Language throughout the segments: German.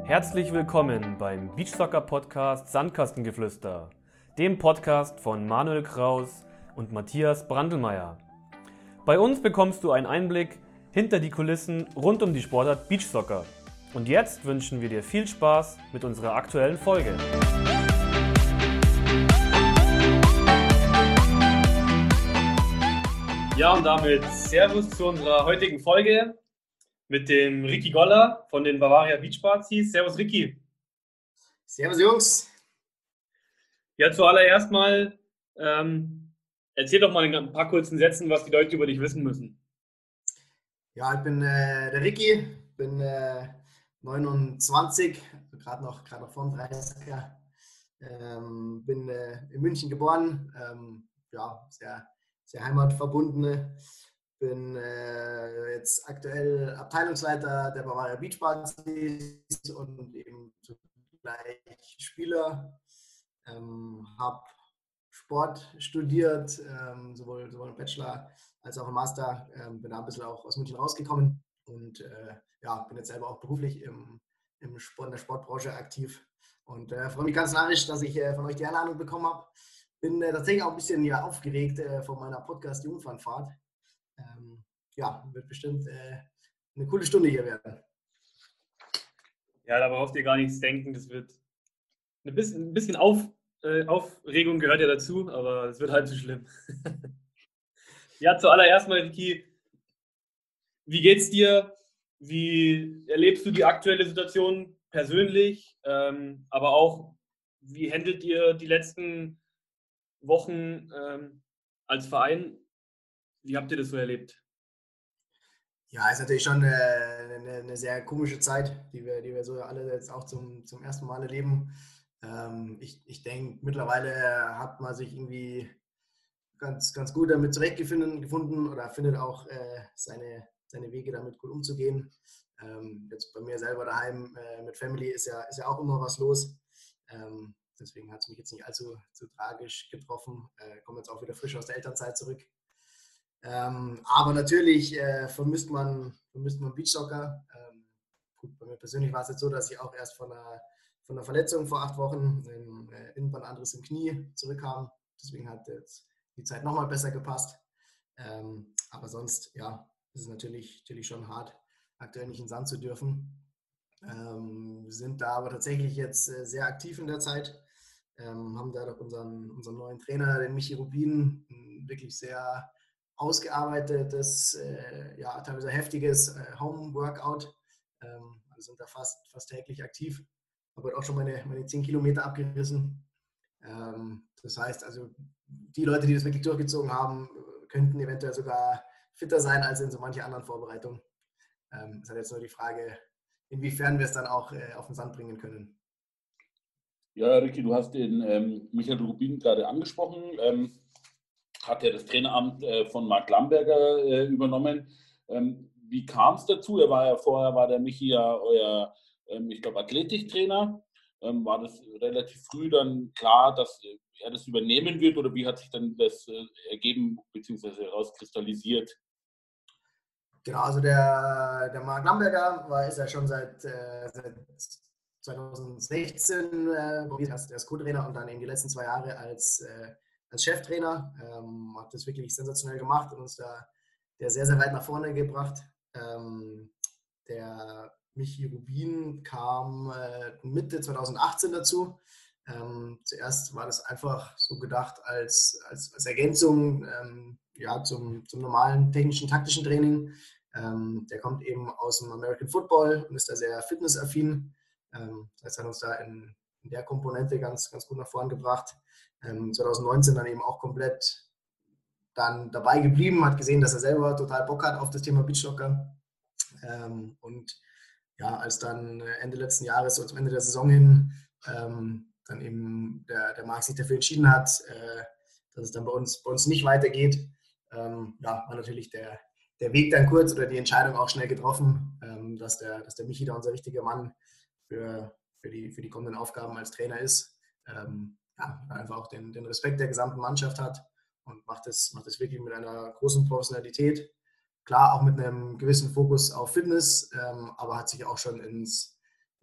Herzlich willkommen beim Beachsoccer-Podcast Sandkastengeflüster, dem Podcast von Manuel Kraus und Matthias Brandlmeier. Bei uns bekommst du einen Einblick hinter die Kulissen rund um die Sportart Beachsoccer. Und jetzt wünschen wir dir viel Spaß mit unserer aktuellen Folge. Ja, und damit Servus zu unserer heutigen Folge mit dem Ricky Goller von den Bavaria Beach Bazis. Servus Ricky. Servus Jungs. Ja, zuallererst mal erzähl doch mal in ein paar kurzen Sätzen, was die Leute über dich wissen müssen. Ja, ich bin der Ricky, bin 29, gerade noch vor dem 30er. Bin in München geboren, sehr heimatverbundene. Bin jetzt aktuell Abteilungsleiter der Bavaria Beach Bazis und eben zugleich Spieler. Habe Sport studiert, sowohl im Bachelor als auch im Master. Bin da ein bisschen auch aus München rausgekommen und bin jetzt selber auch beruflich in der Sportbranche aktiv. Und freue mich ganz narrisch, dass ich von euch die Einladung bekommen habe. Bin tatsächlich auch ein bisschen aufgeregt von meiner Podcast-Jungfernfahrt. Wird bestimmt eine coole Stunde hier werden. Ja, da braucht ihr gar nichts denken. Das wird ein bisschen Aufregung gehört ja dazu, aber es wird halb so schlimm. Ja, zuallererst mal, Ricky, wie geht's dir? Wie erlebst du die aktuelle Situation persönlich? Aber auch, wie handelt ihr die letzten Wochen als Verein? Wie habt ihr das so erlebt? Ja, ist natürlich schon eine sehr komische Zeit, die wir so alle jetzt auch zum ersten Mal erleben. Ich denke, mittlerweile hat man sich irgendwie ganz gut damit zurechtgefunden oder findet auch seine Wege damit gut umzugehen. Jetzt bei mir selber daheim mit Family ist ja auch immer was los. Deswegen hat es mich jetzt nicht allzu tragisch getroffen. Komme jetzt auch wieder frisch aus der Elternzeit zurück. Aber natürlich vermisst man Beachsoccer. Gut, bei mir persönlich war es jetzt so, dass ich auch erst von einer Verletzung vor 8 Wochen im Innenbandanriss im Knie zurückkam. Deswegen hat jetzt die Zeit nochmal besser gepasst. Aber sonst, ja, ist es natürlich schon hart, aktuell nicht in den Sand zu dürfen. Wir sind da aber tatsächlich jetzt sehr aktiv in der Zeit. Haben da doch unseren neuen Trainer, den Michi Rubin, wirklich sehr ausgearbeitetes, teilweise heftiges Home-Workout. Also sind da fast täglich aktiv. Habe heute auch schon meine 10 Kilometer abgerissen. Das heißt, also die Leute, die das wirklich durchgezogen haben, könnten eventuell sogar fitter sein als in so manche anderen Vorbereitungen. Es ist halt jetzt nur die Frage, inwiefern wir es dann auch auf den Sand bringen können. Ja, Ricky, du hast den Michael Rubin gerade angesprochen. Hat ja das Traineramt von Marc Lamberger übernommen. Wie kam es dazu? Vorher war der Michi ja euer, ich glaube, Athletiktrainer. War das relativ früh dann klar, dass er das übernehmen wird, oder wie hat sich dann das ergeben bzw. herauskristallisiert? Genau, also der Marc Lamberger ist ja schon seit 2016 als Co-Trainer und dann eben die letzten 2 Jahre als Cheftrainer. Hat das wirklich sensationell gemacht und uns da sehr, sehr weit nach vorne gebracht. Der Michi Rubin kam Mitte 2018 dazu. Zuerst war das einfach so gedacht als Ergänzung zum normalen technischen, taktischen Training. Der kommt eben aus dem American Football und ist da sehr fitnessaffin. Das heißt, hat uns da in der Komponente ganz gut nach vorn gebracht. 2019 dann eben auch komplett dann dabei geblieben, hat gesehen, dass er selber total Bock hat auf das Thema Beachsoccer. Und ja, als dann Ende letzten Jahres, so zum Ende der Saison hin, dann eben der Marc sich dafür entschieden hat, dass es dann bei uns nicht weitergeht, war natürlich der Weg dann kurz oder die Entscheidung auch schnell getroffen, dass der Michi da unser richtiger Mann für die kommenden Aufgaben als Trainer ist. Einfach auch den Respekt der gesamten Mannschaft hat und macht es wirklich mit einer großen Professionalität. Klar, auch mit einem gewissen Fokus auf Fitness, aber hat sich auch schon ins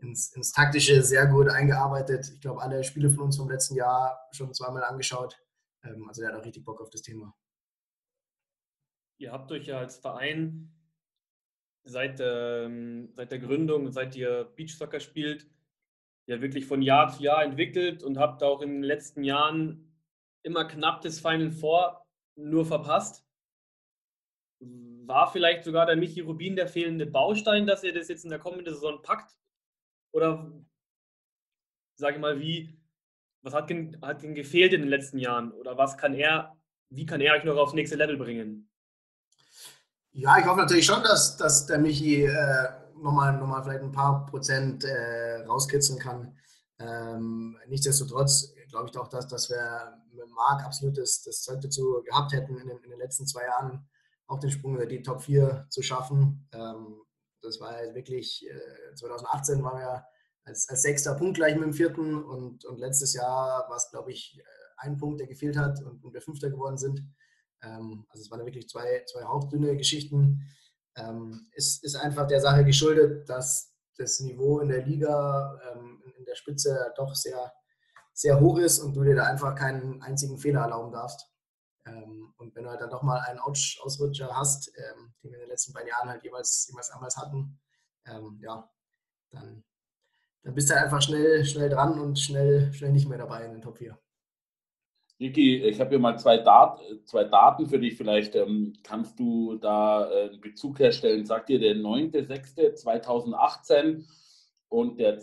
ins Taktische sehr gut eingearbeitet. Ich glaube, alle Spiele von uns vom letzten Jahr schon zweimal angeschaut. Also der hat auch richtig Bock auf das Thema. Ihr habt euch ja als Verein seit der Gründung, seit ihr Beachsoccer spielt, ja wirklich von Jahr zu Jahr entwickelt und habt auch in den letzten Jahren immer knapp das Final Four nur verpasst. War vielleicht sogar der Michi Rubin der fehlende Baustein, dass ihr das jetzt in der kommenden Saison packt? Oder sage ich mal, was hat denn gefehlt in den letzten Jahren? Oder wie kann er euch noch aufs nächste Level bringen? Ja, ich hoffe natürlich schon, dass der Michi nochmal vielleicht ein paar Prozent rauskitzeln kann. Nichtsdestotrotz glaube ich auch, dass wir mit Marc absolut das Zeug dazu gehabt hätten, in den letzten 2 Jahren auch den Sprung in die Top 4 zu schaffen. Das war ja wirklich, 2018 waren wir als Sechster punktgleich mit dem Vierten und letztes Jahr war es, glaube ich, ein Punkt, der gefehlt hat und wir Fünfter geworden sind. Also es waren wirklich zwei hauchdünne Geschichten. Ist einfach der Sache geschuldet, dass das Niveau in der Liga, in der Spitze doch sehr, sehr hoch ist und du dir da einfach keinen einzigen Fehler erlauben darfst. Und wenn du halt dann doch mal einen Ausrutscher hast, den wir in den letzten beiden Jahren halt jeweils damals hatten, ja, dann bist du halt einfach schnell dran und schnell nicht mehr dabei in den Top 4. Ricky, ich habe hier mal zwei Daten für dich. Vielleicht kannst du da einen Bezug herstellen. Sagt dir der 9.6.2018 und der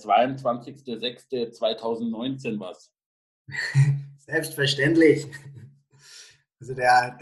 22.06.2019 was? Selbstverständlich. Also der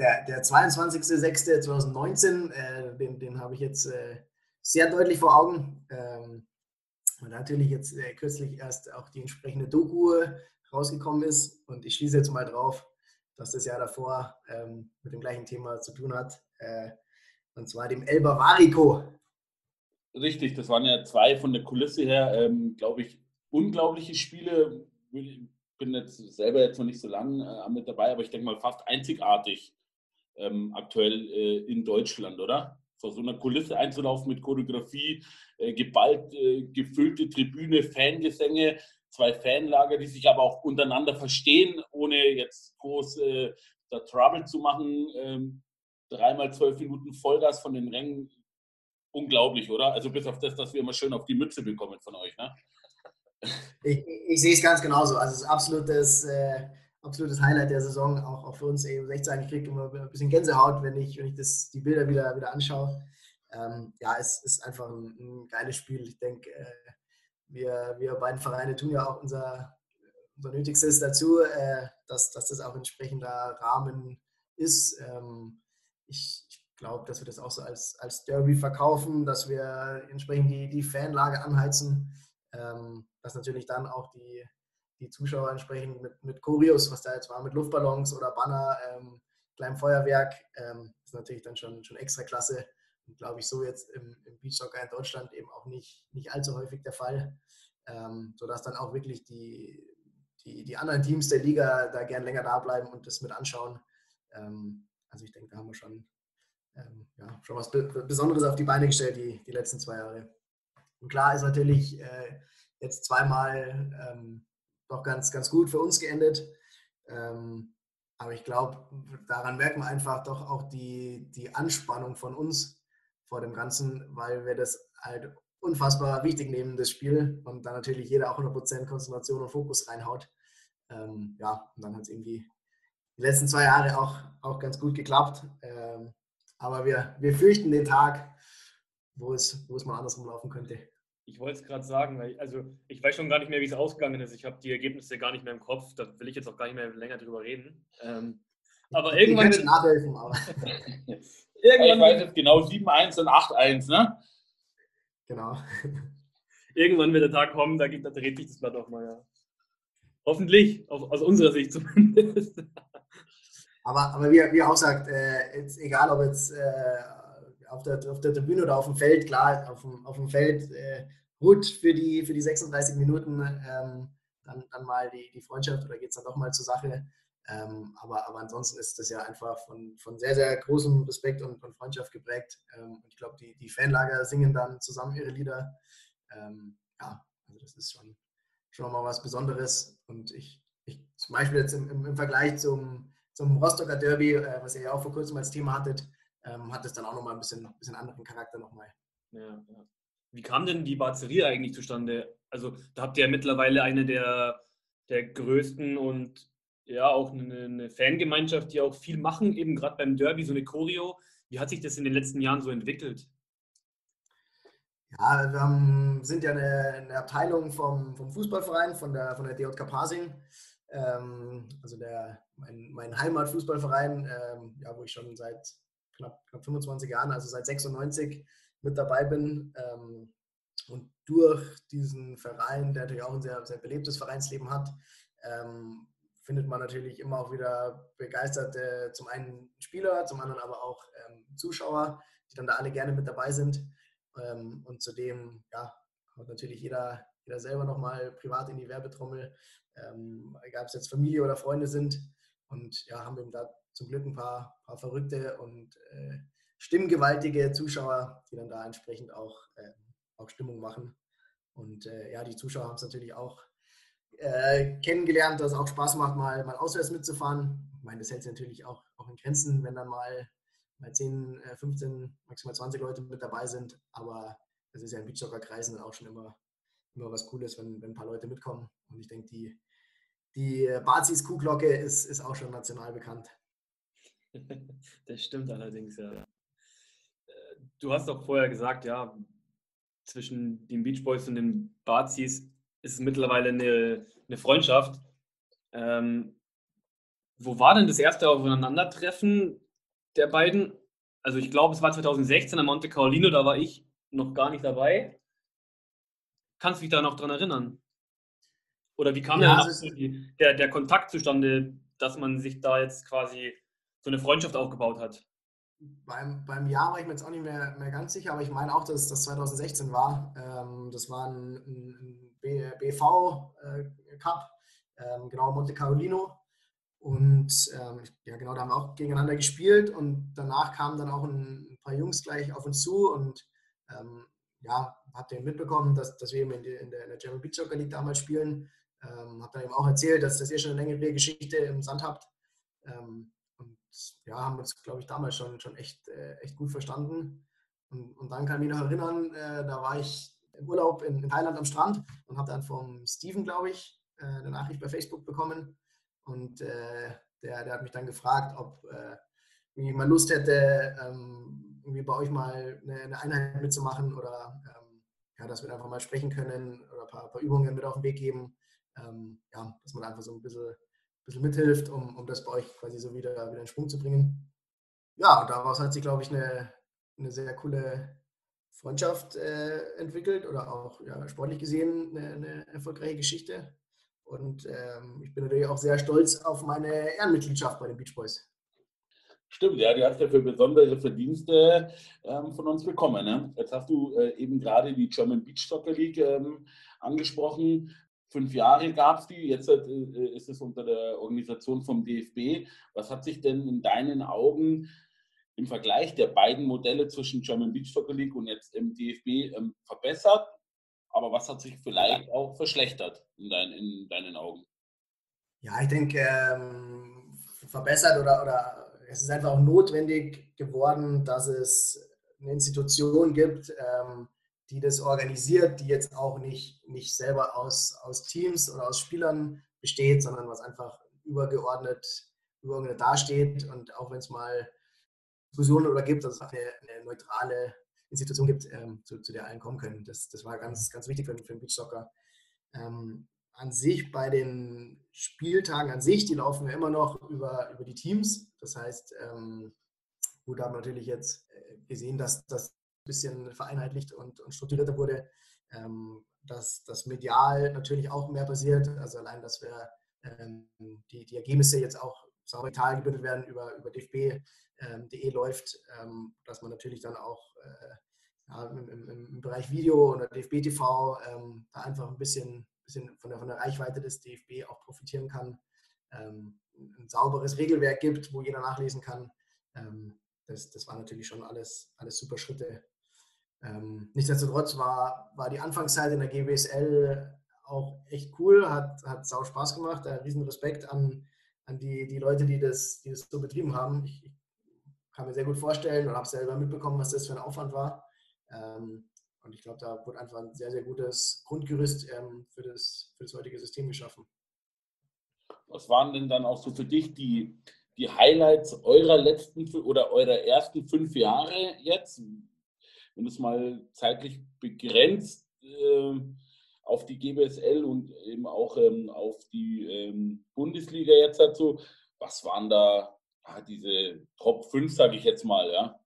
22.06.2019, den habe ich jetzt sehr deutlich vor Augen. Und natürlich jetzt kürzlich erst auch die entsprechende Doku rausgekommen ist. Und ich schließe jetzt mal drauf, dass das Jahr davor mit dem gleichen Thema zu tun hat. Und zwar dem El Bavarico. Richtig, das waren ja zwei von der Kulisse her, glaube ich, unglaubliche Spiele. Ich bin jetzt selber noch nicht so lange mit dabei, aber ich denke mal fast einzigartig aktuell in Deutschland, oder? Vor so einer Kulisse einzulaufen mit Choreografie, geballt gefüllte Tribüne, Fangesänge, zwei Fanlager, die sich aber auch untereinander verstehen, ohne jetzt groß da Trouble zu machen. 3x12 Minuten Vollgas von den Rängen. Unglaublich, oder? Also bis auf das, dass wir immer schön auf die Mütze bekommen von euch, ne? Ich sehe es ganz genauso. Also es ist absolutes Highlight der Saison, auch für uns EU16. Ich kriege immer ein bisschen Gänsehaut, wenn ich die Bilder wieder anschaue. Ja, es ist einfach ein geiles Spiel. Ich denke, wir beiden Vereine tun ja auch unser Nötigstes dazu, dass das auch entsprechender Rahmen ist. Ich glaube, dass wir das auch so als Derby verkaufen, dass wir entsprechend die Fanlage anheizen, dass natürlich dann auch die Zuschauer entsprechend mit Choreos, was da jetzt war, mit Luftballons oder Banner, kleinem Feuerwerk, ist natürlich dann schon extra klasse. Und glaube ich, so jetzt im Beachsoccer in Deutschland eben auch nicht allzu häufig der Fall, sodass dann auch wirklich die anderen Teams der Liga da gern länger da bleiben und das mit anschauen. Also ich denke, da haben wir schon was Besonderes auf die Beine gestellt, die letzten 2 Jahre. Und klar ist natürlich jetzt zweimal doch ganz gut für uns geendet. Aber ich glaube, daran merkt man einfach doch auch die Anspannung von uns vor dem Ganzen, weil wir das halt unfassbar wichtig nehmen, das Spiel. Und dann natürlich jeder auch 100% Konzentration und Fokus reinhaut. Und dann hat es irgendwie die letzten 2 Jahre auch ganz gut geklappt. Aber wir fürchten den Tag, wo es mal andersrum laufen könnte. Ich wollte es gerade sagen, ich weiß schon gar nicht mehr, wie es ausgegangen ist. Ich habe die Ergebnisse gar nicht mehr im Kopf. Da will ich jetzt auch gar nicht mehr länger drüber reden. Aber irgendwann wird nachhelfen. Ich weiß jetzt genau 7-1 und 8-1, ne? Genau. Irgendwann wird der Tag kommen, da dreht sich das Blatt auch mal, ja. Hoffentlich, aus unserer Sicht zumindest. Aber wie auch sagt, jetzt, egal ob jetzt auf der Tribüne oder auf dem Feld, klar, auf dem Feld gut für die 36 Minuten dann mal die Freundschaft oder geht es dann doch mal zur Sache. Aber ansonsten ist das ja einfach von sehr, sehr großem Respekt und von Freundschaft geprägt. Und ich glaube, die Fanlager singen dann zusammen ihre Lieder. Also das ist schon mal was Besonderes. Und ich zum Beispiel jetzt im Vergleich zum Rostocker Derby, was ihr ja auch vor kurzem als Thema hattet, hat es dann auch nochmal ein bisschen anderen Charakter nochmal. Ja. Wie kam denn die Barzerie eigentlich zustande? Also da habt ihr ja mittlerweile eine der größten und ja auch eine Fangemeinschaft, die auch viel machen, eben gerade beim Derby, so eine Choreo. Wie hat sich das in den letzten Jahren so entwickelt? Ja, wir sind ja eine Abteilung vom Fußballverein, von der DJK Pasing. Also mein Heimatfußballverein, ja, wo ich schon seit knapp 25 Jahren, also seit 96 mit dabei bin. Und durch diesen Verein, der natürlich auch ein sehr, sehr belebtes Vereinsleben hat, findet man natürlich immer auch wieder begeisterte, zum einen Spieler, zum anderen aber auch Zuschauer, die dann da alle gerne mit dabei sind. Und zudem, ja, haut natürlich jeder selber nochmal privat in die Werbetrommel, egal ob es jetzt Familie oder Freunde sind. Und ja, haben eben da zum Glück ein paar verrückte und stimmgewaltige Zuschauer, die dann da entsprechend auch Stimmung machen. Und ja, die Zuschauer haben es natürlich auch kennengelernt, dass es auch Spaß macht, mal auswärts mitzufahren. Ich meine, das hält sich natürlich auch in Grenzen, wenn dann mal 10, 15, maximal 20 Leute mit dabei sind. Aber das ist ja in Beachsoccer-Kreisen dann auch schon immer was Cooles, wenn ein paar Leute mitkommen. Und ich denke, die Bazis Kuhglocke ist auch schon national bekannt. Das stimmt allerdings, ja. Du hast auch vorher gesagt, ja, zwischen den Beach Boys und den Bazis ist es mittlerweile eine Freundschaft. Wo war denn das erste Aufeinandertreffen der beiden? Also ich glaube, es war 2016 am Monte Carolino, da war ich noch gar nicht dabei. Kannst du dich da noch dran erinnern? Oder wie kam denn Ja, dann also auch so der Kontakt zustande, dass man sich da jetzt quasi so eine Freundschaft aufgebaut hat? beim Jahr war ich mir jetzt auch nicht mehr ganz sicher, aber ich meine auch, dass das 2016 war. Das war ein BV-Cup, genau Monte Carolino. Und ja, genau, da haben wir auch gegeneinander gespielt und danach kamen dann auch ein paar Jungs gleich auf uns zu und ja, habt ihr mitbekommen, dass wir eben in der German Beach Soccer League damals spielen. Habt dann eben auch erzählt, dass ihr schon eine längere Geschichte im Sand habt. Und ja, haben uns, glaube ich, damals schon echt gut verstanden. Und dann kann ich mich noch erinnern, da war ich im Urlaub in Thailand am Strand und habe dann vom Steven, glaube ich, eine Nachricht bei Facebook bekommen. Und der hat mich dann gefragt, ob ich mal Lust hätte, irgendwie bei euch mal eine Einheit mitzumachen oder ja, dass wir einfach mal sprechen können oder ein paar Übungen mit auf den Weg geben. Ja, dass man einfach so ein bisschen mithilft, um das bei euch quasi so wieder in Schwung zu bringen. Ja, und daraus hat sich, glaube ich, eine sehr coole Freundschaft entwickelt oder auch ja, sportlich gesehen eine erfolgreiche Geschichte. Und ich bin natürlich auch sehr stolz auf meine Ehrenmitgliedschaft bei den Beach Boys. Stimmt, ja, die hast du für besondere Verdienste von uns bekommen. Ne? Jetzt hast du eben gerade die German Beach Soccer League angesprochen. 5 Jahre gab es die, jetzt ist es unter der Organisation vom DFB. Was hat sich denn in deinen Augen im Vergleich der beiden Modelle zwischen German Beach Soccer League und jetzt im DFB verbessert? Aber was hat sich vielleicht auch verschlechtert in deinen Augen? Ja, ich denke, verbessert oder es ist einfach auch notwendig geworden, dass es eine Institution gibt, die das organisiert, die jetzt auch nicht selber aus Teams oder aus Spielern besteht, sondern was einfach übergeordnet dasteht. Und auch wenn es mal Diskussionen oder gibt, dass es eine neutrale Institution gibt, zu der allen kommen können. Das war ganz, ganz wichtig für den Beachsoccer. An sich bei den Spieltagen an sich, die laufen ja immer noch über die Teams. Das heißt, gut, da haben wir natürlich jetzt gesehen, dass das ein bisschen vereinheitlicht und strukturierter wurde, dass das medial natürlich auch mehr passiert. Also allein, dass wir die Ergebnisse jetzt auch sauber digital gebildet werden über dfb.de läuft, dass man natürlich dann auch ja, im Bereich Video oder DFB TV da einfach ein bisschen von der Reichweite des DFB auch profitieren kann. Ein sauberes Regelwerk gibt, wo jeder nachlesen kann. Das war natürlich schon alles super Schritte. Nichtsdestotrotz war die Anfangszeit in der GWSL auch echt cool, hat sau Spaß gemacht. Riesen Respekt an die Leute, die das so betrieben haben. Ich kann mir sehr gut vorstellen und habe selber mitbekommen, was das für ein Aufwand war. Und ich glaube, da wurde einfach ein sehr, sehr gutes Grundgerüst für das heutige System geschaffen. Was waren denn dann auch so für dich die Highlights eurer letzten oder eurer ersten 5 Jahre jetzt? Wenn du es mal zeitlich begrenzt auf die GWSL und eben auch auf die Bundesliga jetzt dazu, was waren da diese Top 5, sage ich jetzt mal, ja?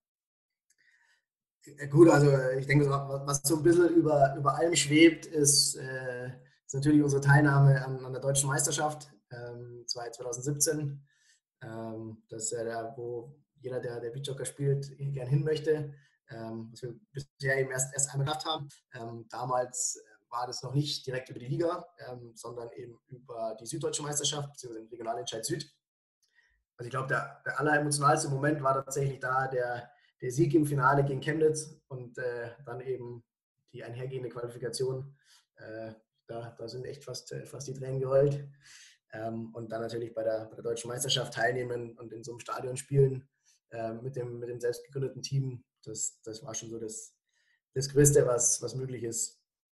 Gut, also ich denke, was so ein bisschen über allem schwebt, ist natürlich unsere Teilnahme an der Deutschen Meisterschaft 2017. Das ist ja wo jeder, der Beachsoccer spielt, gern hin möchte. Was wir bisher eben erst einmal gemacht haben. Damals war das noch nicht direkt über die Liga, sondern eben über die Süddeutsche Meisterschaft, beziehungsweise den Regionalentscheid Süd. Also ich glaube, der alleremotionalste Moment war tatsächlich da der Sieg im Finale gegen Chemnitz und dann eben die einhergehende Qualifikation. Da sind echt fast die Tränen gerollt. Und dann natürlich bei der Deutschen Meisterschaft teilnehmen und in so einem Stadion spielen mit dem selbst gegründeten Team. Das war schon so das Größte, was möglich ist.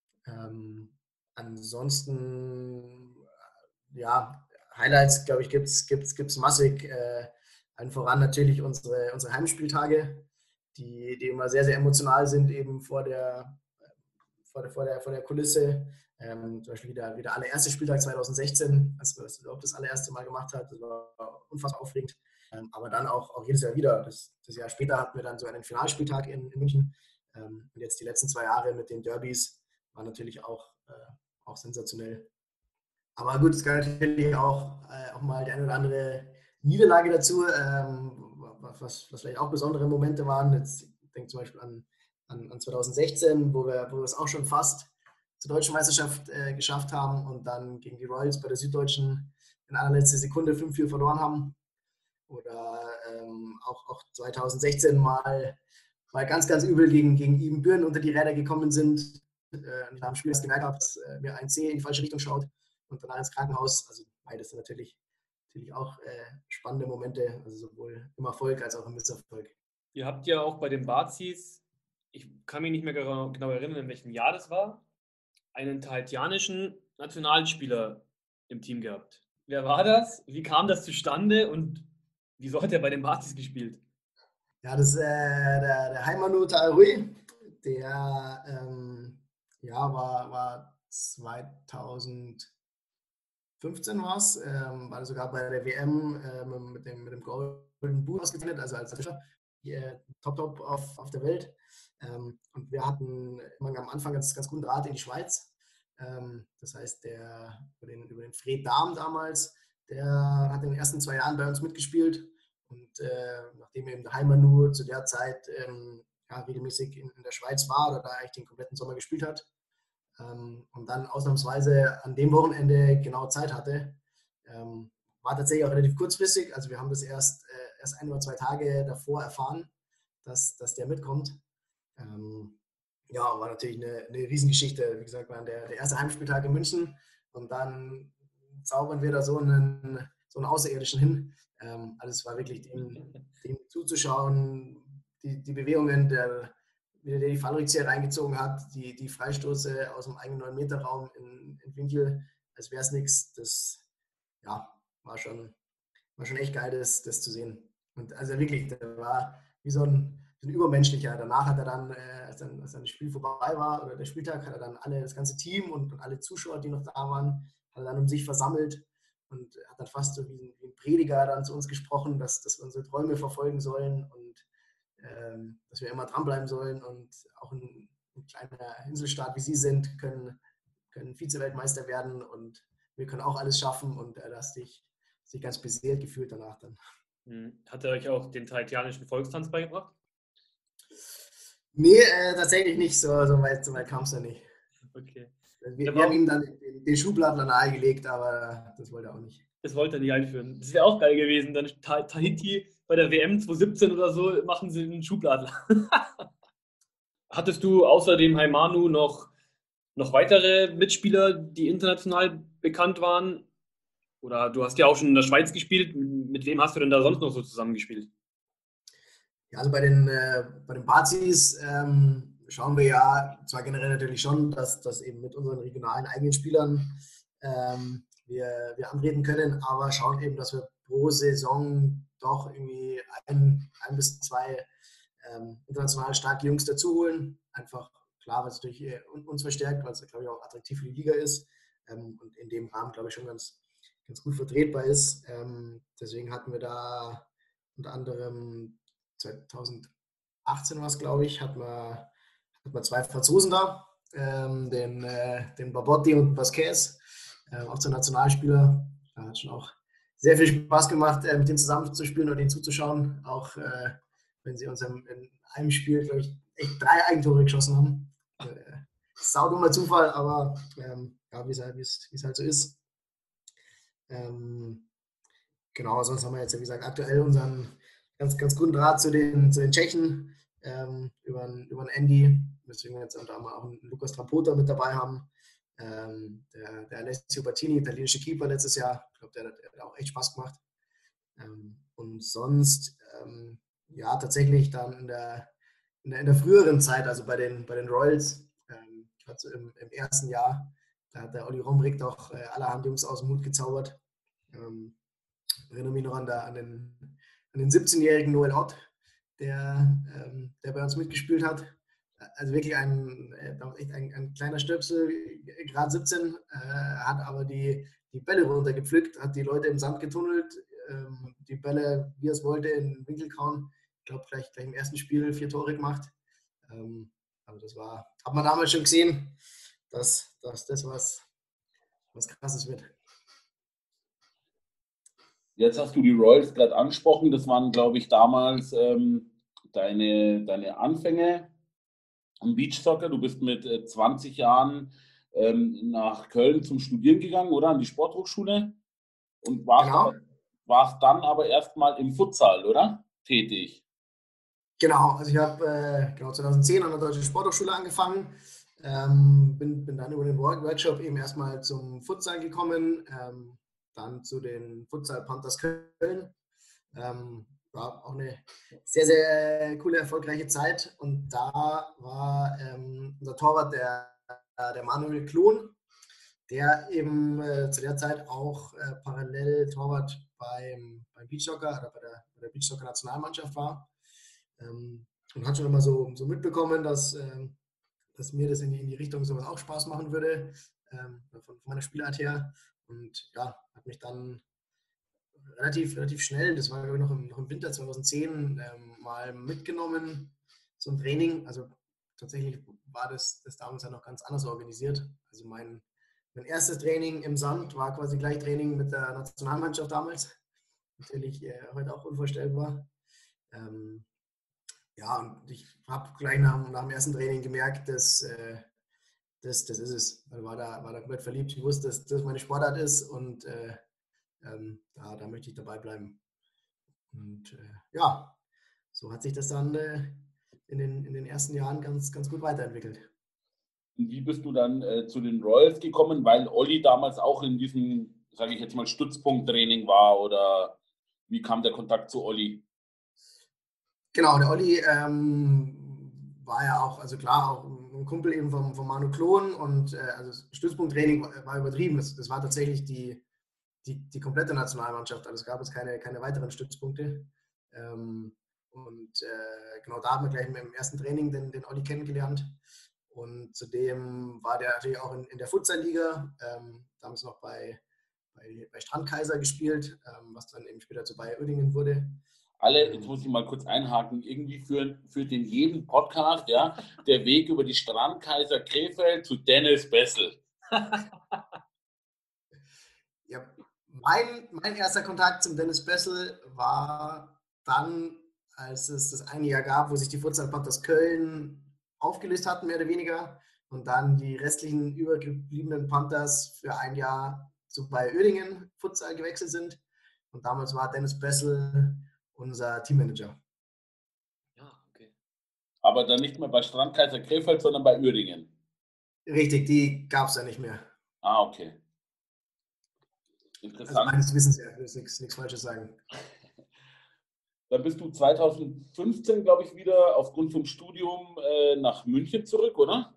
Ansonsten, ja, Highlights, glaube ich, gibt's massig. Allen voran natürlich unsere Heimspieltage, die immer sehr, sehr emotional sind, eben vor der Kulisse. Zum Beispiel der allererste Spieltag 2016, als wir das überhaupt das allererste Mal gemacht haben. Das war unfassbar aufregend. Aber dann auch jedes Jahr wieder. Das Jahr später hatten wir dann so einen Finalspieltag in München. Und jetzt die letzten 2 Jahre mit den Derbys war natürlich auch sensationell. Aber gut, es gab natürlich auch mal die eine oder andere Niederlage dazu, was vielleicht auch besondere Momente waren. Jetzt, ich denke zum Beispiel an 2016, wo wir es auch schon fast zur Deutschen Meisterschaft geschafft haben und dann gegen die Royals bei der Süddeutschen in allerletzter Sekunde 5-4 verloren haben. Oder auch 2016 mal ganz, ganz übel gegen Ibbenbüren unter die Räder gekommen sind. Nach dem Spiel erst gemerkt habe, dass mir ein Zeh in die falsche Richtung schaut und danach ins Krankenhaus. Also beides sind natürlich auch spannende Momente, also sowohl im Erfolg als auch im Misserfolg. Ihr habt ja auch bei den Bazis, ich kann mich nicht mehr genau erinnern, in welchem Jahr das war, einen tahitianischen Nationalspieler im Team gehabt. Wer war das? Wie kam das zustande und wieso hat er bei den Bazis gespielt? Ja, das ist der Haimanu Taarui, der war 2015 war es, war er sogar bei der WM mit dem Golden Boot ausgezeichnet, also als Fischer, Top auf der Welt. Und wir hatten immer am Anfang ganz guten Draht in die Schweiz. Das heißt, über den Fred Dahm damals, der hat in den ersten 2 Jahren bei uns mitgespielt. Und nachdem eben der Haimanu zu der Zeit regelmäßig in der Schweiz war oder da eigentlich den kompletten Sommer gespielt hat und dann ausnahmsweise an dem Wochenende genau Zeit hatte, war tatsächlich auch relativ kurzfristig. Also wir haben das erst 1 oder 2 Tage davor erfahren, dass der mitkommt. War natürlich eine Riesengeschichte. Wie gesagt, war der erste Heimspieltag in München und dann zaubern wir da so einen Außerirdischen hin. Also es war wirklich dem zuzuschauen, die Bewegungen, der die Fallrückzieher reingezogen hat, die Freistoße aus dem eigenen 9-Meter-Raum in Winkel, als wäre es nichts. Das war schon echt geil, das zu sehen. Und also wirklich, der war wie so ein Übermenschlicher. Danach hat er dann, als dann das Spiel vorbei war, oder der Spieltag, hat er dann das ganze Team und alle Zuschauer, die noch da waren, hat er dann um sich versammelt und hat dann fast so wie ein Prediger dann zu uns gesprochen, dass wir unsere Träume verfolgen sollen und dass wir immer dranbleiben sollen und auch ein kleiner Inselstaat wie Sie sind, können Vize-Weltmeister werden und wir können auch alles schaffen und da hast dich ganz beseelt gefühlt danach dann. Hat er euch auch den tahitianischen Volkstanz beigebracht? Nee, tatsächlich nicht. So weit kam es ja nicht. Okay. Wir haben ihm dann den Schubladen nahegelegt, aber das wollte er auch nicht. Das wollte er nicht einführen. Das wäre auch geil gewesen. Dann Tahiti bei der WM 2017 oder so machen sie einen Schubladler. Hattest du außer dem Haimanu noch weitere Mitspieler, die international bekannt waren? Oder du hast ja auch schon in der Schweiz gespielt. Mit wem hast du denn da sonst noch so zusammengespielt? Ja, also bei den Bazis schauen wir ja zwar generell natürlich schon, dass eben mit unseren regionalen eigenen Spielern wir antreten können, aber schauen eben, dass wir pro Saison doch irgendwie ein bis zwei international starke Jungs dazu holen. Einfach klar, weil es durch uns verstärkt, weil es, glaube ich, auch attraktiv für die Liga ist und in dem Rahmen, glaube ich, schon ganz gut vertretbar ist. Deswegen hatten wir da unter anderem 2018 war es, glaube ich, hat man zwei Franzosen da, den Babotti und Vasquez, auch zwei Nationalspieler. Da hat schon auch sehr viel Spaß gemacht, mit denen zusammenzuspielen und denen zuzuschauen. Auch wenn sie uns in einem Spiel, glaube ich, echt 3 Eigentore geschossen haben. Saudummer Zufall, aber ja, wie es halt so ist. Ähm, genau, sonst haben wir jetzt, ja, wie gesagt, aktuell unseren ganz guten Draht zu den Tschechen über den Andy, weswegen wir jetzt unter anderem auch einen Lukas Trapota mit dabei haben. Der Alessio Battini, italienische Keeper letztes Jahr, ich glaube, der hat auch echt Spaß gemacht. Und sonst, ja, tatsächlich dann in der früheren Zeit, also bei den Royals, gerade so im ersten Jahr, da hat der Olli Romrich doch allerhand Jungs aus dem Hut gezaubert. Ich erinnere mich noch an den 17-jährigen Noel Ott, der bei uns mitgespielt hat. Also wirklich echt ein kleiner Stöpsel, gerade 17, hat aber die Bälle runtergepflückt, hat die Leute im Sand getunnelt, die Bälle, wie er es wollte, in den Winkel kauen. Ich glaube, gleich im ersten Spiel 4 Tore gemacht. Also hat man damals schon gesehen, dass das was Krasses wird. Jetzt hast du die Royals gerade angesprochen. Das waren, glaube ich, damals deine Anfänge am Beachsoccer. Du bist mit 20 Jahren nach Köln zum Studieren gegangen, oder? An die Sporthochschule. Und Genau. warst dann aber erstmal im Futsal, oder? Tätig. Genau, also ich habe genau 2010 an der Deutschen Sporthochschule angefangen, bin dann über den Workshop eben erstmal zum Futsal gekommen, dann zu den Futsal Panthers Köln. War auch eine sehr coole, erfolgreiche Zeit und da war unser Torwart der Manuel Klon, der eben zu der Zeit auch parallel Torwart beim Beachsoccer oder bei der Beachsoccer Nationalmannschaft war. Und hat schon immer so mitbekommen, dass mir das in die Richtung sowas auch Spaß machen würde, von meiner Spielart her. Und ja, hat mich dann relativ schnell, das war glaube ich noch im Winter 2010, mal mitgenommen zum Training. Also tatsächlich war das damals ja noch ganz anders organisiert. Also mein erstes Training im Sand war quasi gleich Training mit der Nationalmannschaft damals. Natürlich heute auch unvorstellbar. Ja, und ich habe gleich nach dem ersten Training gemerkt, das ist es. Ich war da komplett verliebt. Ich wusste, dass das meine Sportart ist und da möchte ich dabei bleiben. Und ja, so hat sich das dann in den ersten Jahren ganz gut weiterentwickelt. Und wie bist du dann zu den Royals gekommen? Weil Olli damals auch in diesem, sage ich jetzt mal, Stützpunkttraining war, oder wie kam der Kontakt zu Olli? Genau, der Olli war ja auch, also klar, auch ein Kumpel eben vom Manu Klon und also Stützpunkttraining war übertrieben. Das war tatsächlich die komplette Nationalmannschaft. Also es gab jetzt keine weiteren Stützpunkte. Und genau da haben wir gleich im ersten Training den Olli kennengelernt. Und zudem war der natürlich auch in der Futsal-Liga, damals noch bei Strandkaiser gespielt, was dann eben später zu Bayer Uerdingen wurde. Jetzt muss ich mal kurz einhaken, irgendwie führt in jedem Podcast ja, der Weg über die Strandkaiser Krefeld zu Dennis Bessel. Ja, mein erster Kontakt zum Dennis Bessel war dann, als es das eine Jahr gab, wo sich die Futsal Panthers Köln aufgelöst hatten, mehr oder weniger, und dann die restlichen übergebliebenen Panthers für ein Jahr zu Bayer Uerdingen Futsal gewechselt sind. Und damals war Dennis Bessel unser Teammanager. Ja, okay. Aber dann nicht mehr bei Strandkaiser Krefeld, sondern bei Uerdingen. Richtig, die gab es ja nicht mehr. Ah, okay. Also Interessant. meines Wissens, ja, ich will nichts Falsches sagen. Dann bist du 2015, glaube ich, wieder aufgrund vom Studium nach München zurück, oder?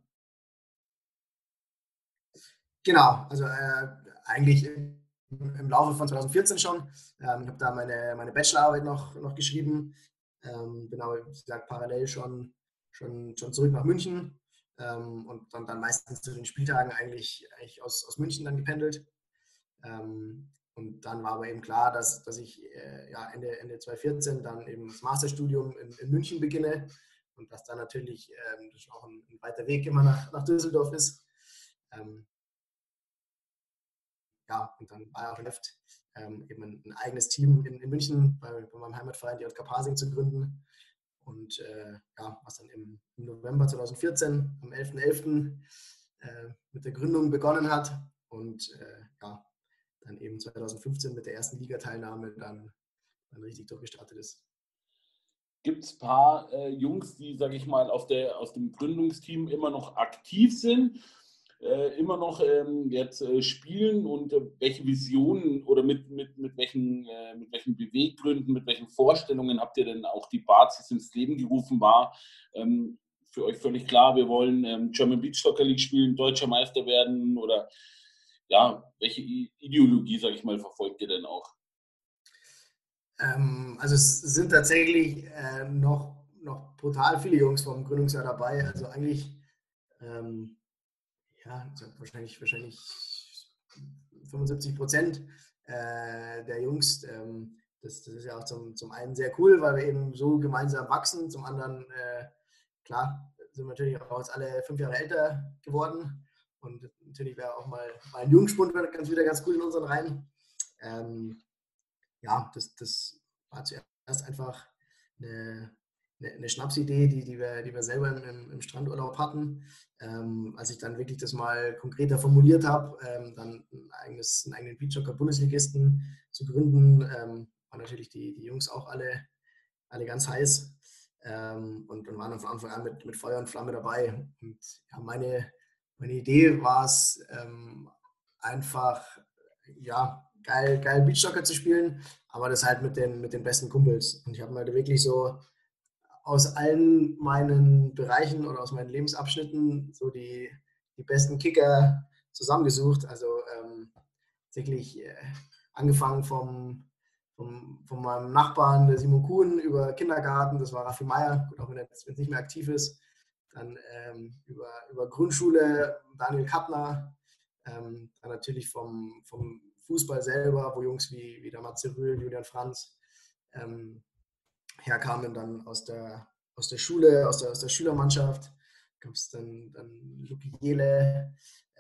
Genau, also eigentlich im Laufe von 2014 schon. Ich habe da meine Bachelorarbeit noch geschrieben. Bin aber, wie gesagt, parallel schon zurück nach München und dann meistens zu den Spieltagen eigentlich aus München dann gependelt. Und dann war aber eben klar, dass ich ja, Ende 2014 dann eben das Masterstudium in München beginne und dass dann natürlich das auch ein weiter Weg immer nach Düsseldorf ist. Ja, und dann war er auch in Luft, eben ein eigenes Team in München bei meinem Heimatverein, die JK Pasing, zu gründen. Und ja, was dann im November 2014, am 11.11. Mit der Gründung begonnen hat und ja, dann eben 2015 mit der ersten Ligateilnahme dann richtig durchgestartet ist. Gibt es ein paar Jungs, die, sage ich mal, aus dem Gründungsteam immer noch aktiv sind, immer noch jetzt spielen und welche Visionen oder mit welchen Beweggründen, mit welchen Vorstellungen habt ihr denn auch die Basis ins Leben gerufen? War für euch völlig klar, wir wollen German Beach Soccer League spielen, deutscher Meister werden oder ja, welche Ideologie, sage ich mal, verfolgt ihr denn auch? Also es sind tatsächlich noch brutal viele Jungs vom Gründungsjahr dabei. Also eigentlich ja, wahrscheinlich 75% der Jungs. Das ist ja auch zum einen sehr cool, weil wir eben so gemeinsam wachsen. Zum anderen, klar, sind wir natürlich auch jetzt alle 5 Jahre älter geworden. Und natürlich wäre auch mal ein Jungspund wieder ganz cool in unseren Reihen. Ja, das war zuerst einfach eine Schnapsidee, die wir selber im Strandurlaub hatten. Als ich dann wirklich das mal konkreter formuliert habe, dann einen eigenen Beachsoccer-Bundesligisten zu gründen, waren natürlich die Jungs auch alle ganz heiß und waren dann von Anfang an mit Feuer und Flamme dabei. Und ja, meine Idee war es einfach, ja, geil Beachsoccer zu spielen, aber das halt mit den besten Kumpels. Und ich habe mir halt wirklich so aus allen meinen Bereichen oder aus meinen Lebensabschnitten so die besten Kicker zusammengesucht. Also tatsächlich angefangen von meinem Nachbarn, der Simon Kuhn, über Kindergarten, das war Raffi Meyer, gut, auch wenn er jetzt nicht mehr aktiv ist. Dann über Grundschule Daniel Kappner, dann natürlich vom Fußball selber, wo Jungs wie der Matze Rühl, Julian Franz herkamen, dann aus der Schule, aus der Schülermannschaft. Gab es dann Luki Jele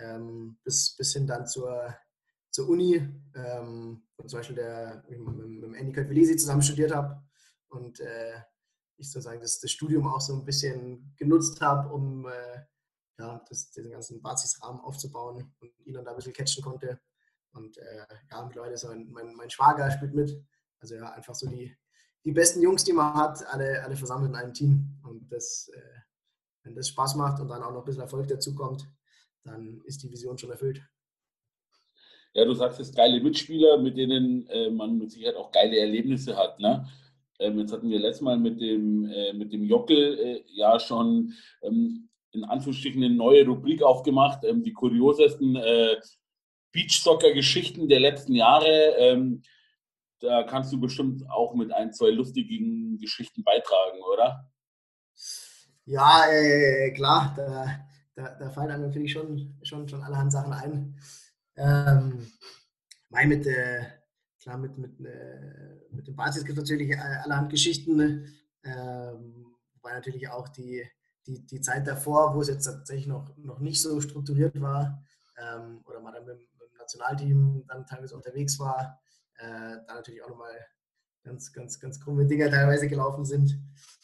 bis hin dann zur Uni, und zum Beispiel mit dem Andy Kölvelesi zusammen studiert habe und ich sozusagen das Studium auch so ein bisschen genutzt habe, um ja, diesen ganzen Basisrahmen aufzubauen und ihn dann da ein bisschen catchen konnte. Und ja, mittlerweile ist mein Schwager spielt mit. Also ja, einfach so die besten Jungs, die man hat, alle versammelt in einem Team. Und wenn das Spaß macht und dann auch noch ein bisschen Erfolg dazu kommt, dann ist die Vision schon erfüllt. Ja, du sagst es, geile Mitspieler, mit denen man mit Sicherheit auch geile Erlebnisse hat. Ne? Jetzt hatten wir letztes Mal mit dem Jockel ja schon in Anführungsstrichen eine neue Rubrik aufgemacht, die kuriosesten Beachsoccer-Geschichten der letzten Jahre. Da kannst du bestimmt auch mit ein, zwei lustigen Geschichten beitragen, oder? Ja, klar, da fallen einem natürlich schon allerhand Sachen ein. Mein klar, mit dem Basis gibt es natürlich allerhand Geschichten, ne? Wobei natürlich auch die Zeit davor, wo es jetzt tatsächlich noch nicht so strukturiert war, oder man dann mit dem Nationalteam dann teilweise unterwegs war, da natürlich auch nochmal ganz krumme Dinger teilweise gelaufen sind.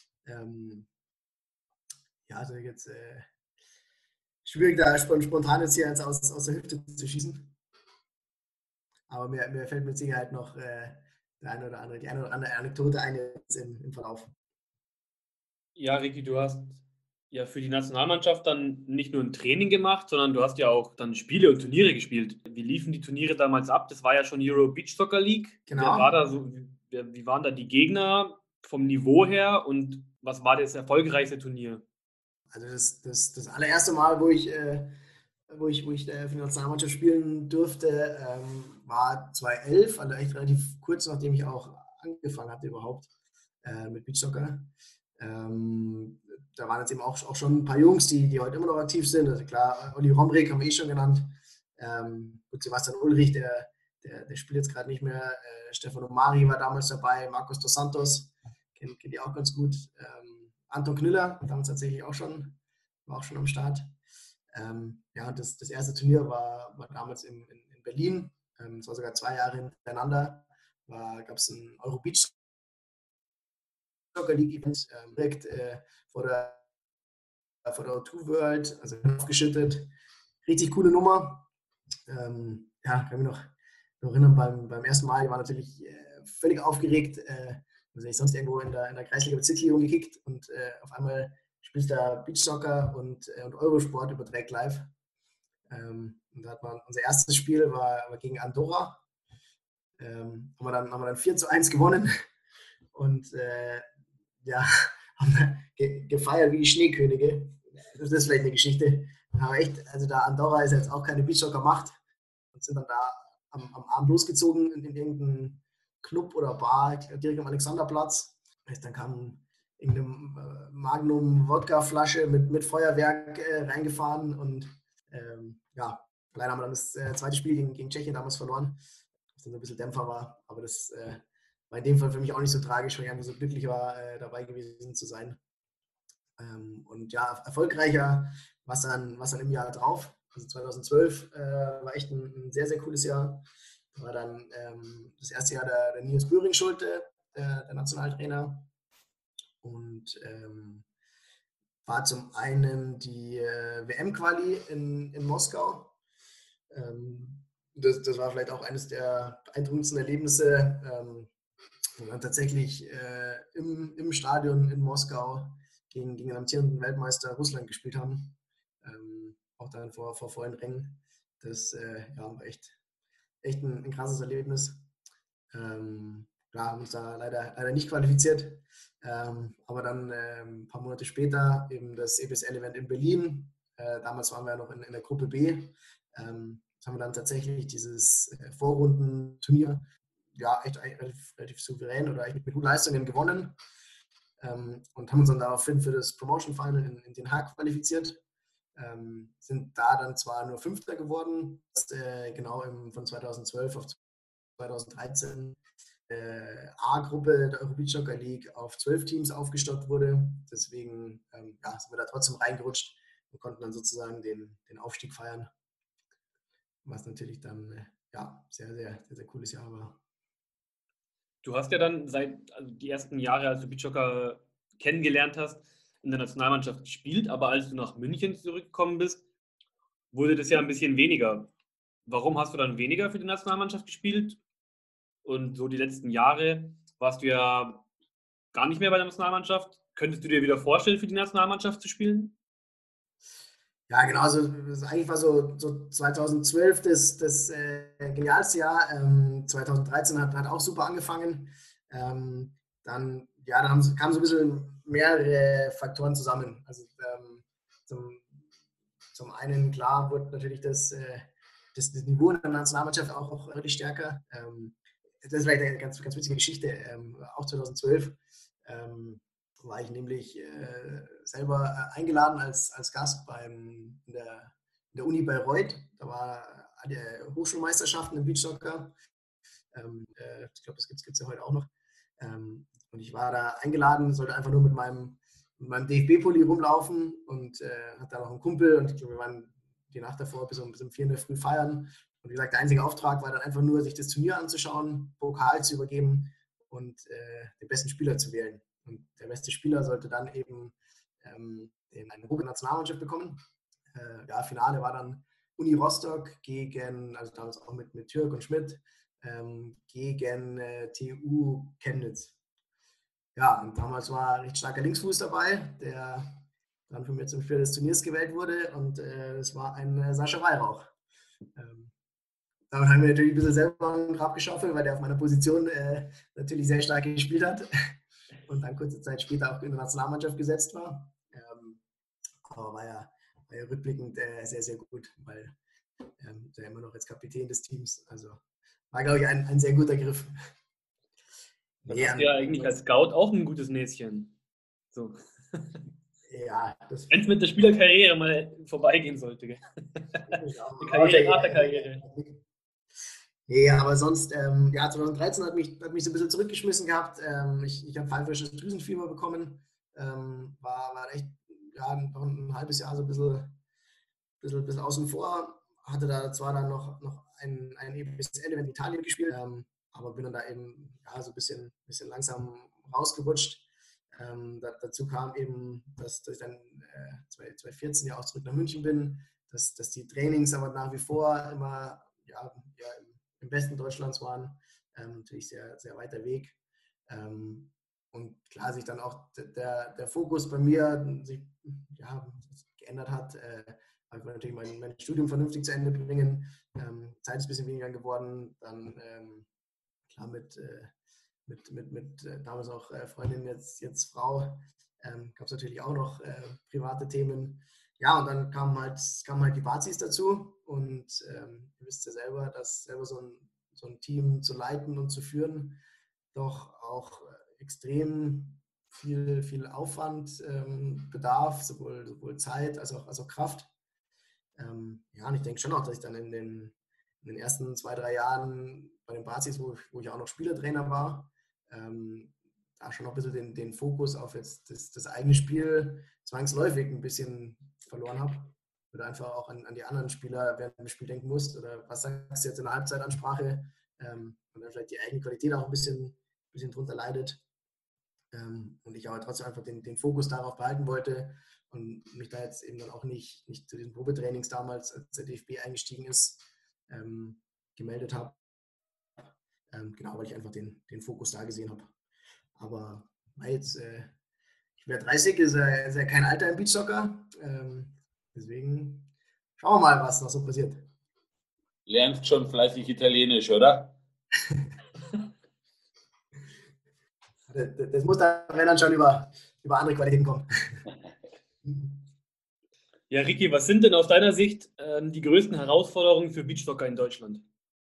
Ja, also jetzt schwierig da spontan jetzt hier aus der Hüfte zu schießen. Aber mir fällt mit Sicherheit noch die eine oder andere Anekdote ein jetzt im Verlauf. Ja, Ricky, du hast ja für die Nationalmannschaft dann nicht nur ein Training gemacht, sondern du hast ja auch dann Spiele und Turniere gespielt. Wie liefen die Turniere damals ab? Das war ja schon Euro Beach Soccer League. Wer war Genau. da so, wie waren da die Gegner vom Niveau her und was war das erfolgreichste Turnier? Also das allererste Mal, wo ich für die Nationalmannschaft spielen durfte, war 2011, also echt relativ kurz, nachdem ich auch angefangen hatte überhaupt mit Beachsoccer. Da waren jetzt eben auch schon ein paar Jungs, die heute immer noch aktiv sind. Also klar, Olli Romrek haben wir schon genannt. Gut, Sebastian Ulrich, der spielt jetzt gerade nicht mehr. Stefano Mari war damals dabei, Marcos dos Santos, kennt ihr auch ganz gut. Anton Knüller, damals tatsächlich war auch schon am Start. Ja, das erste Turnier war damals in Berlin. Es war sogar 2 Jahre hintereinander. Gab es ein Euro Beach Soccer League Event direkt vor der O2 World, also aufgeschüttet. Richtig coole Nummer. Ja, kann mich noch erinnern, beim ersten Mal, ich war natürlich völlig aufgeregt. Also ich sonst irgendwo in der Kreisliga Bezirksliga gekickt und auf einmal spielst da Beachsoccer und Eurosport überträgt live. Und da hat man, unser erstes Spiel war gegen Andorra. Haben wir dann 4:1 gewonnen und ja, haben gefeiert wie die Schneekönige. Das ist vielleicht eine Geschichte. Aber echt, also da Andorra ist jetzt auch keine Beachsoccer-Macht und sind dann da am Abend losgezogen in irgendeinen Club oder Bar direkt am Alexanderplatz. Dann kam irgendeine Magnum-Wodka-Flasche mit Feuerwerk reingefahren und ja, leider haben wir dann das zweite Spiel gegen Tschechien damals verloren, was dann so ein bisschen Dämpfer war. Aber das war in dem Fall für mich auch nicht so tragisch, weil ich einfach so glücklich war, dabei gewesen zu sein. Und ja, erfolgreicher war es dann im Jahr drauf. Also 2012 war echt ein sehr, sehr cooles Jahr. War dann das erste Jahr der Nils Böhring-Schulte, der Nationaltrainer. Und war zum einen die WM-Quali in Moskau. Das war vielleicht auch eines der beeindruckendsten Erlebnisse, wo wir dann tatsächlich im Stadion in Moskau gegen den amtierenden Weltmeister Russland gespielt haben. Auch dann vor vollen Rängen. Das ja, war echt ein krasses Erlebnis. Ja, haben uns da leider nicht qualifiziert. Aber dann ein paar Monate später eben das EBSL-Event in Berlin. Damals waren wir ja noch in der Gruppe B. Haben wir dann tatsächlich dieses Vorrundenturnier ja echt relativ souverän oder echt mit guten Leistungen gewonnen. Und haben uns dann daraufhin für das Promotion Final in Den Haag qualifiziert. Sind da dann zwar nur Fünfter geworden, genau von 2012 auf 2013 A-Gruppe der Euro Beach Soccer League auf 12 Teams aufgestockt wurde. Deswegen ja, sind wir da trotzdem reingerutscht und konnten dann sozusagen den Aufstieg feiern, was natürlich dann ja, sehr, sehr, sehr, sehr cooles Jahr war. Du hast ja dann also die ersten Jahre, als du Beachsoccer kennengelernt hast, in der Nationalmannschaft gespielt, aber als du nach München zurückgekommen bist, wurde das ja ein bisschen weniger. Warum hast du dann weniger für die Nationalmannschaft gespielt? Und so die letzten Jahre warst du ja gar nicht mehr bei der Nationalmannschaft. Könntest du dir wieder vorstellen, für die Nationalmannschaft zu spielen? Ja, genau, also eigentlich war so 2012 das genialste Jahr. 2013 hat auch super angefangen. Dann, ja, kamen so ein bisschen mehrere Faktoren zusammen. Also zum, zum einen, klar, wurde natürlich das Niveau in der Nationalmannschaft auch deutlich stärker. Das ist vielleicht eine ganz, ganz witzige Geschichte. Auch 2012 war ich nämlich selber eingeladen als Gast in der Uni Bayreuth. Da war die Hochschulmeisterschaften im Beachsoccer. Ich glaube, das gibt es ja heute auch noch. Und ich war da eingeladen, sollte einfach nur mit meinem DFB-Pulli rumlaufen und hatte da noch einen Kumpel und ich glaube, wir waren die Nacht davor bis um 4 in der Früh feiern. Und wie gesagt, der einzige Auftrag war dann einfach nur, sich das Turnier anzuschauen, Pokal zu übergeben und den besten Spieler zu wählen. Und der beste Spieler sollte dann eben eine Nationalmannschaft bekommen. Ja, Finale war dann Uni Rostock gegen, also damals auch mit Türk und Schmidt, gegen TU Chemnitz. Ja, und damals war ein recht starker Linksfuß dabei, der dann von mir zum Spieler des Turniers gewählt wurde und das war ein Sascha Weihrauch. Damit haben wir natürlich ein bisschen selber einen Grab geschaufelt, weil der auf meiner Position natürlich sehr stark gespielt hat und dann kurze Zeit später auch in der Nationalmannschaft gesetzt war. Aber war ja rückblickend sehr, sehr gut, weil ist ja immer noch als Kapitän des Teams. Also war, glaube ich, ein sehr guter Griff. Dann Nee, hast du ja eigentlich als Scout auch ein gutes Näschen. So. Ja, das Wenn es mit der Spielerkarriere mal vorbeigehen sollte. Gell? Die Karriere nach der Karriere. Nee, aber sonst, ja, 2013 hat mich so ein bisschen zurückgeschmissen gehabt. Ich habe pfeiferisches Drüsenfieber bekommen. War echt ja, noch ein halbes Jahr so ein bisschen außen vor. Hatte da zwar dann noch ein EPSL-Event in Italien gespielt, aber bin dann da eben ja, so ein bisschen langsam rausgerutscht. Dazu kam eben, dass ich dann 2014 ja auch zurück nach München bin, dass die Trainings aber nach wie vor immer ja, im Westen Deutschlands waren. Natürlich sehr, sehr weiter Weg. Und klar sich dann auch der Fokus bei mir sich, ja, geändert hat. Ich wollte natürlich mein Studium vernünftig zu Ende bringen. Zeit ist ein bisschen weniger geworden. Dann klar mit damals auch Freundin, jetzt Frau, gab es natürlich auch noch private Themen. Ja, und dann kamen halt die Bazis dazu und ihr wisst ja selber, dass selber so ein Team zu leiten und zu führen doch auch extrem viel Aufwand bedarf, sowohl Zeit als auch Kraft. Ja, und ich denke schon auch, dass ich dann in den ersten 2, 3 Jahren bei den Bazis, wo ich auch noch Spielertrainer war, da schon noch ein bisschen den Fokus auf jetzt das eigene Spiel zwangsläufig ein bisschen verloren habe. Oder einfach auch an die anderen Spieler während dem Spiel denken musst. Oder was sagst du jetzt in der Halbzeitansprache? Und dann vielleicht die eigene Qualität auch ein bisschen drunter leidet. Und ich aber trotzdem einfach den Fokus darauf behalten wollte und mich da jetzt eben dann auch nicht zu diesen Probetrainings damals, als der DFB eingestiegen ist, gemeldet habe. Genau, weil ich einfach den Fokus da gesehen habe. Aber jetzt, ich werde 30, ist ja kein Alter im Beachsoccer. Deswegen schauen wir mal, was noch so passiert. Lernst schon fleißig Italienisch, oder? Das muss dann, wenn dann schon über andere Qualitäten kommen. Ja, Ricky, was sind denn aus deiner Sicht die größten Herausforderungen für Beachsoccer in Deutschland?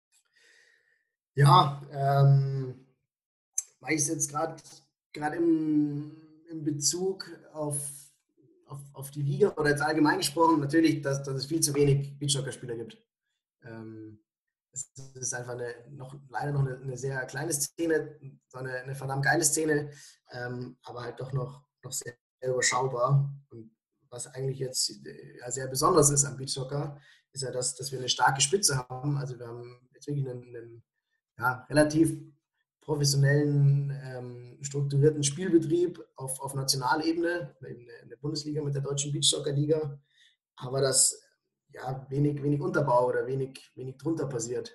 Ja, weil ich es jetzt gerade im Bezug auf die Liga oder jetzt allgemein gesprochen, natürlich, dass es viel zu wenig Beachsoccer-Spieler gibt. Es ist einfach leider noch eine sehr kleine Szene, so eine verdammt geile Szene, aber halt doch noch sehr überschaubar. Und was eigentlich jetzt ja, sehr besonders ist am Beachsoccer, ist ja, dass wir eine starke Spitze haben. Also wir haben jetzt wirklich einen ja, relativ professionellen, strukturierten Spielbetrieb auf Nationalebene, in der Bundesliga mit der Deutschen Beachsoccer-Liga, aber dass ja, wenig Unterbau oder wenig drunter passiert.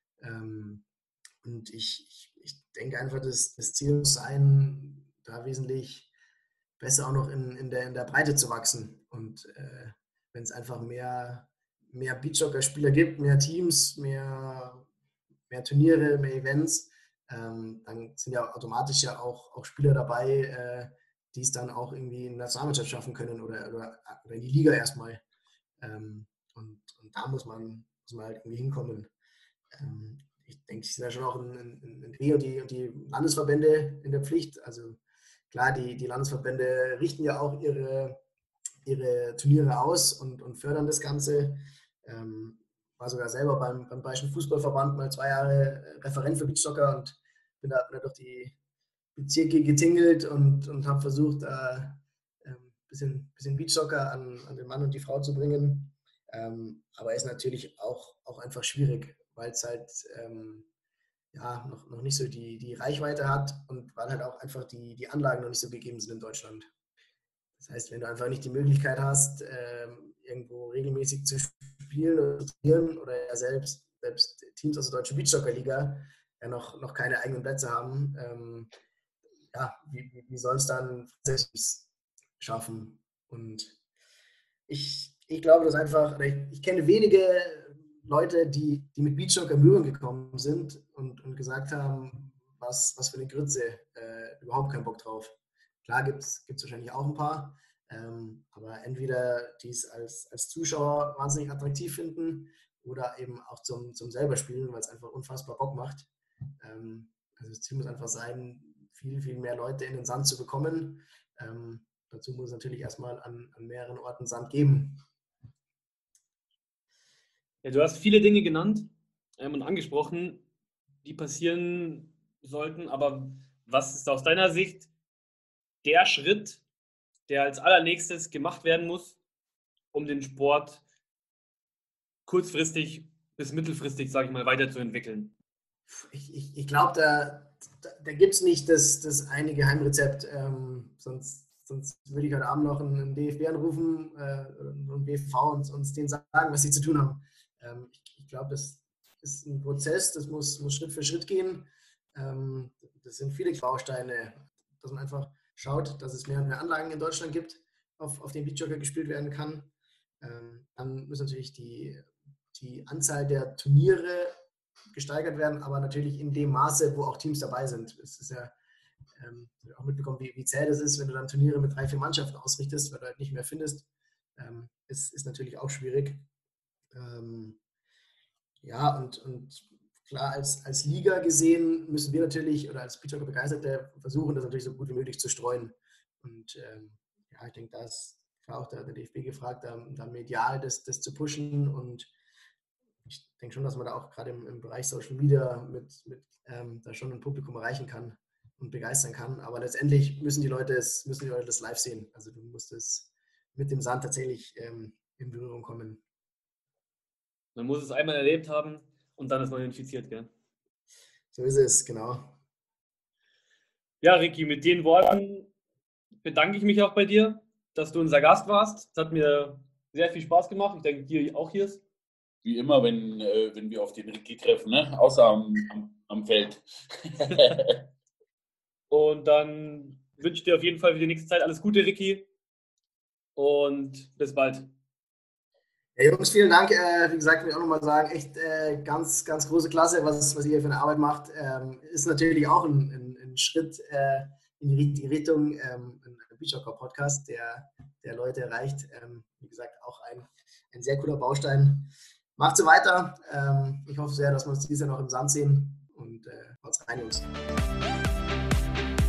Und ich denke einfach, das Ziel muss sein, da wesentlich besser auch noch in der Breite zu wachsen. Und wenn es einfach mehr Beachsoccer-Spieler gibt, mehr Teams, mehr Turniere, mehr Events, dann sind ja automatisch ja auch Spieler dabei, die es dann auch irgendwie in der Nationalmannschaft schaffen können oder in die Liga erstmal. Und da muss man halt irgendwie hinkommen. Ich denke, es sind ja schon auch in DW und die Landesverbände in der Pflicht. Also klar, die Landesverbände richten ja auch ihre Turniere aus und fördern das Ganze. War sogar selber beim Bayerischen Fußballverband mal 2 Jahre Referent für Beachsoccer und bin da durch die Bezirke getingelt und habe versucht, ein bisschen Beachsoccer an den Mann und die Frau zu bringen. Aber ist natürlich auch einfach schwierig, weil es halt ja, noch nicht so die Reichweite hat und weil halt auch einfach die Anlagen noch nicht so gegeben sind in Deutschland. Das heißt, wenn du einfach nicht die Möglichkeit hast, irgendwo regelmäßig zu spielen oder zu trainieren oder ja selbst Teams aus der Deutschen Beachsoccer-Liga ja noch keine eigenen Plätze haben, wie soll es dann schaffen? Und ich glaube, dass einfach, ich kenne wenige Leute, die mit Beachsoccer in Berührung gekommen sind und gesagt haben, was für eine Grütze, überhaupt keinen Bock drauf. Klar gibt es wahrscheinlich auch ein paar, aber entweder die es als Zuschauer wahnsinnig attraktiv finden oder eben auch zum selber Spielen, weil es einfach unfassbar Bock macht. Also das Ziel muss einfach sein, viel, viel mehr Leute in den Sand zu bekommen. Dazu muss es natürlich erstmal an mehreren Orten Sand geben. Ja, du hast viele Dinge genannt und angesprochen, die passieren sollten, aber was ist aus deiner Sicht der Schritt, der als allernächstes gemacht werden muss, um den Sport kurzfristig bis mittelfristig, sage ich mal, weiterzuentwickeln? Ich glaube, da gibt es nicht das eine Geheimrezept. Sonst würde ich heute Abend noch einen DFB anrufen und BFV und denen sagen, was sie zu tun haben. Ich glaube, das ist ein Prozess, das muss Schritt für Schritt gehen. Das sind viele Bausteine, dass man einfach schaut, dass es mehr und mehr Anlagen in Deutschland gibt, auf denen Beachsoccer gespielt werden kann. Dann muss natürlich die Anzahl der Turniere gesteigert werden, aber natürlich in dem Maße, wo auch Teams dabei sind. Es ist ja auch mitbekommen, wie zäh das ist, wenn du dann Turniere mit 3, 4 Mannschaften ausrichtest, weil du halt nicht mehr findest. Ist natürlich auch schwierig. Ja, und klar, als Liga gesehen müssen wir natürlich, oder als Beachsoccer Begeisterte, versuchen, das natürlich so gut wie möglich zu streuen. Und ja, ich denke, da ist auch der DFB gefragt, da medial das zu pushen. Und ich denke schon, dass man da auch gerade im Bereich Social Media mit da schon ein Publikum erreichen kann und begeistern kann. Aber letztendlich müssen die Leute das live sehen. Also du musst es mit dem Sand tatsächlich in Berührung kommen. Man muss es einmal erlebt haben und dann ist man infiziert, gell? So ist es, genau. Ja, Ricky, mit den Worten bedanke ich mich auch bei dir, dass du unser Gast warst. Es hat mir sehr viel Spaß gemacht. Ich denke, dir auch hier ist. Wie immer, wenn wir auf den Ricky treffen, ne? Außer am Feld. Und dann wünsche ich dir auf jeden Fall für die nächste Zeit alles Gute, Ricky. Und bis bald. Ja, Jungs, vielen Dank. Wie gesagt, will ich auch nochmal sagen, echt ganz, ganz große Klasse, was ihr hier für eine Arbeit macht. Ist natürlich auch ein Schritt in die Richtung, ein Beachsoccer-Podcast, der Leute erreicht. Wie gesagt, auch ein sehr cooler Baustein. Macht so weiter. Ich hoffe sehr, dass wir uns dieses Jahr noch im Sand sehen. Und haut's rein, Jungs.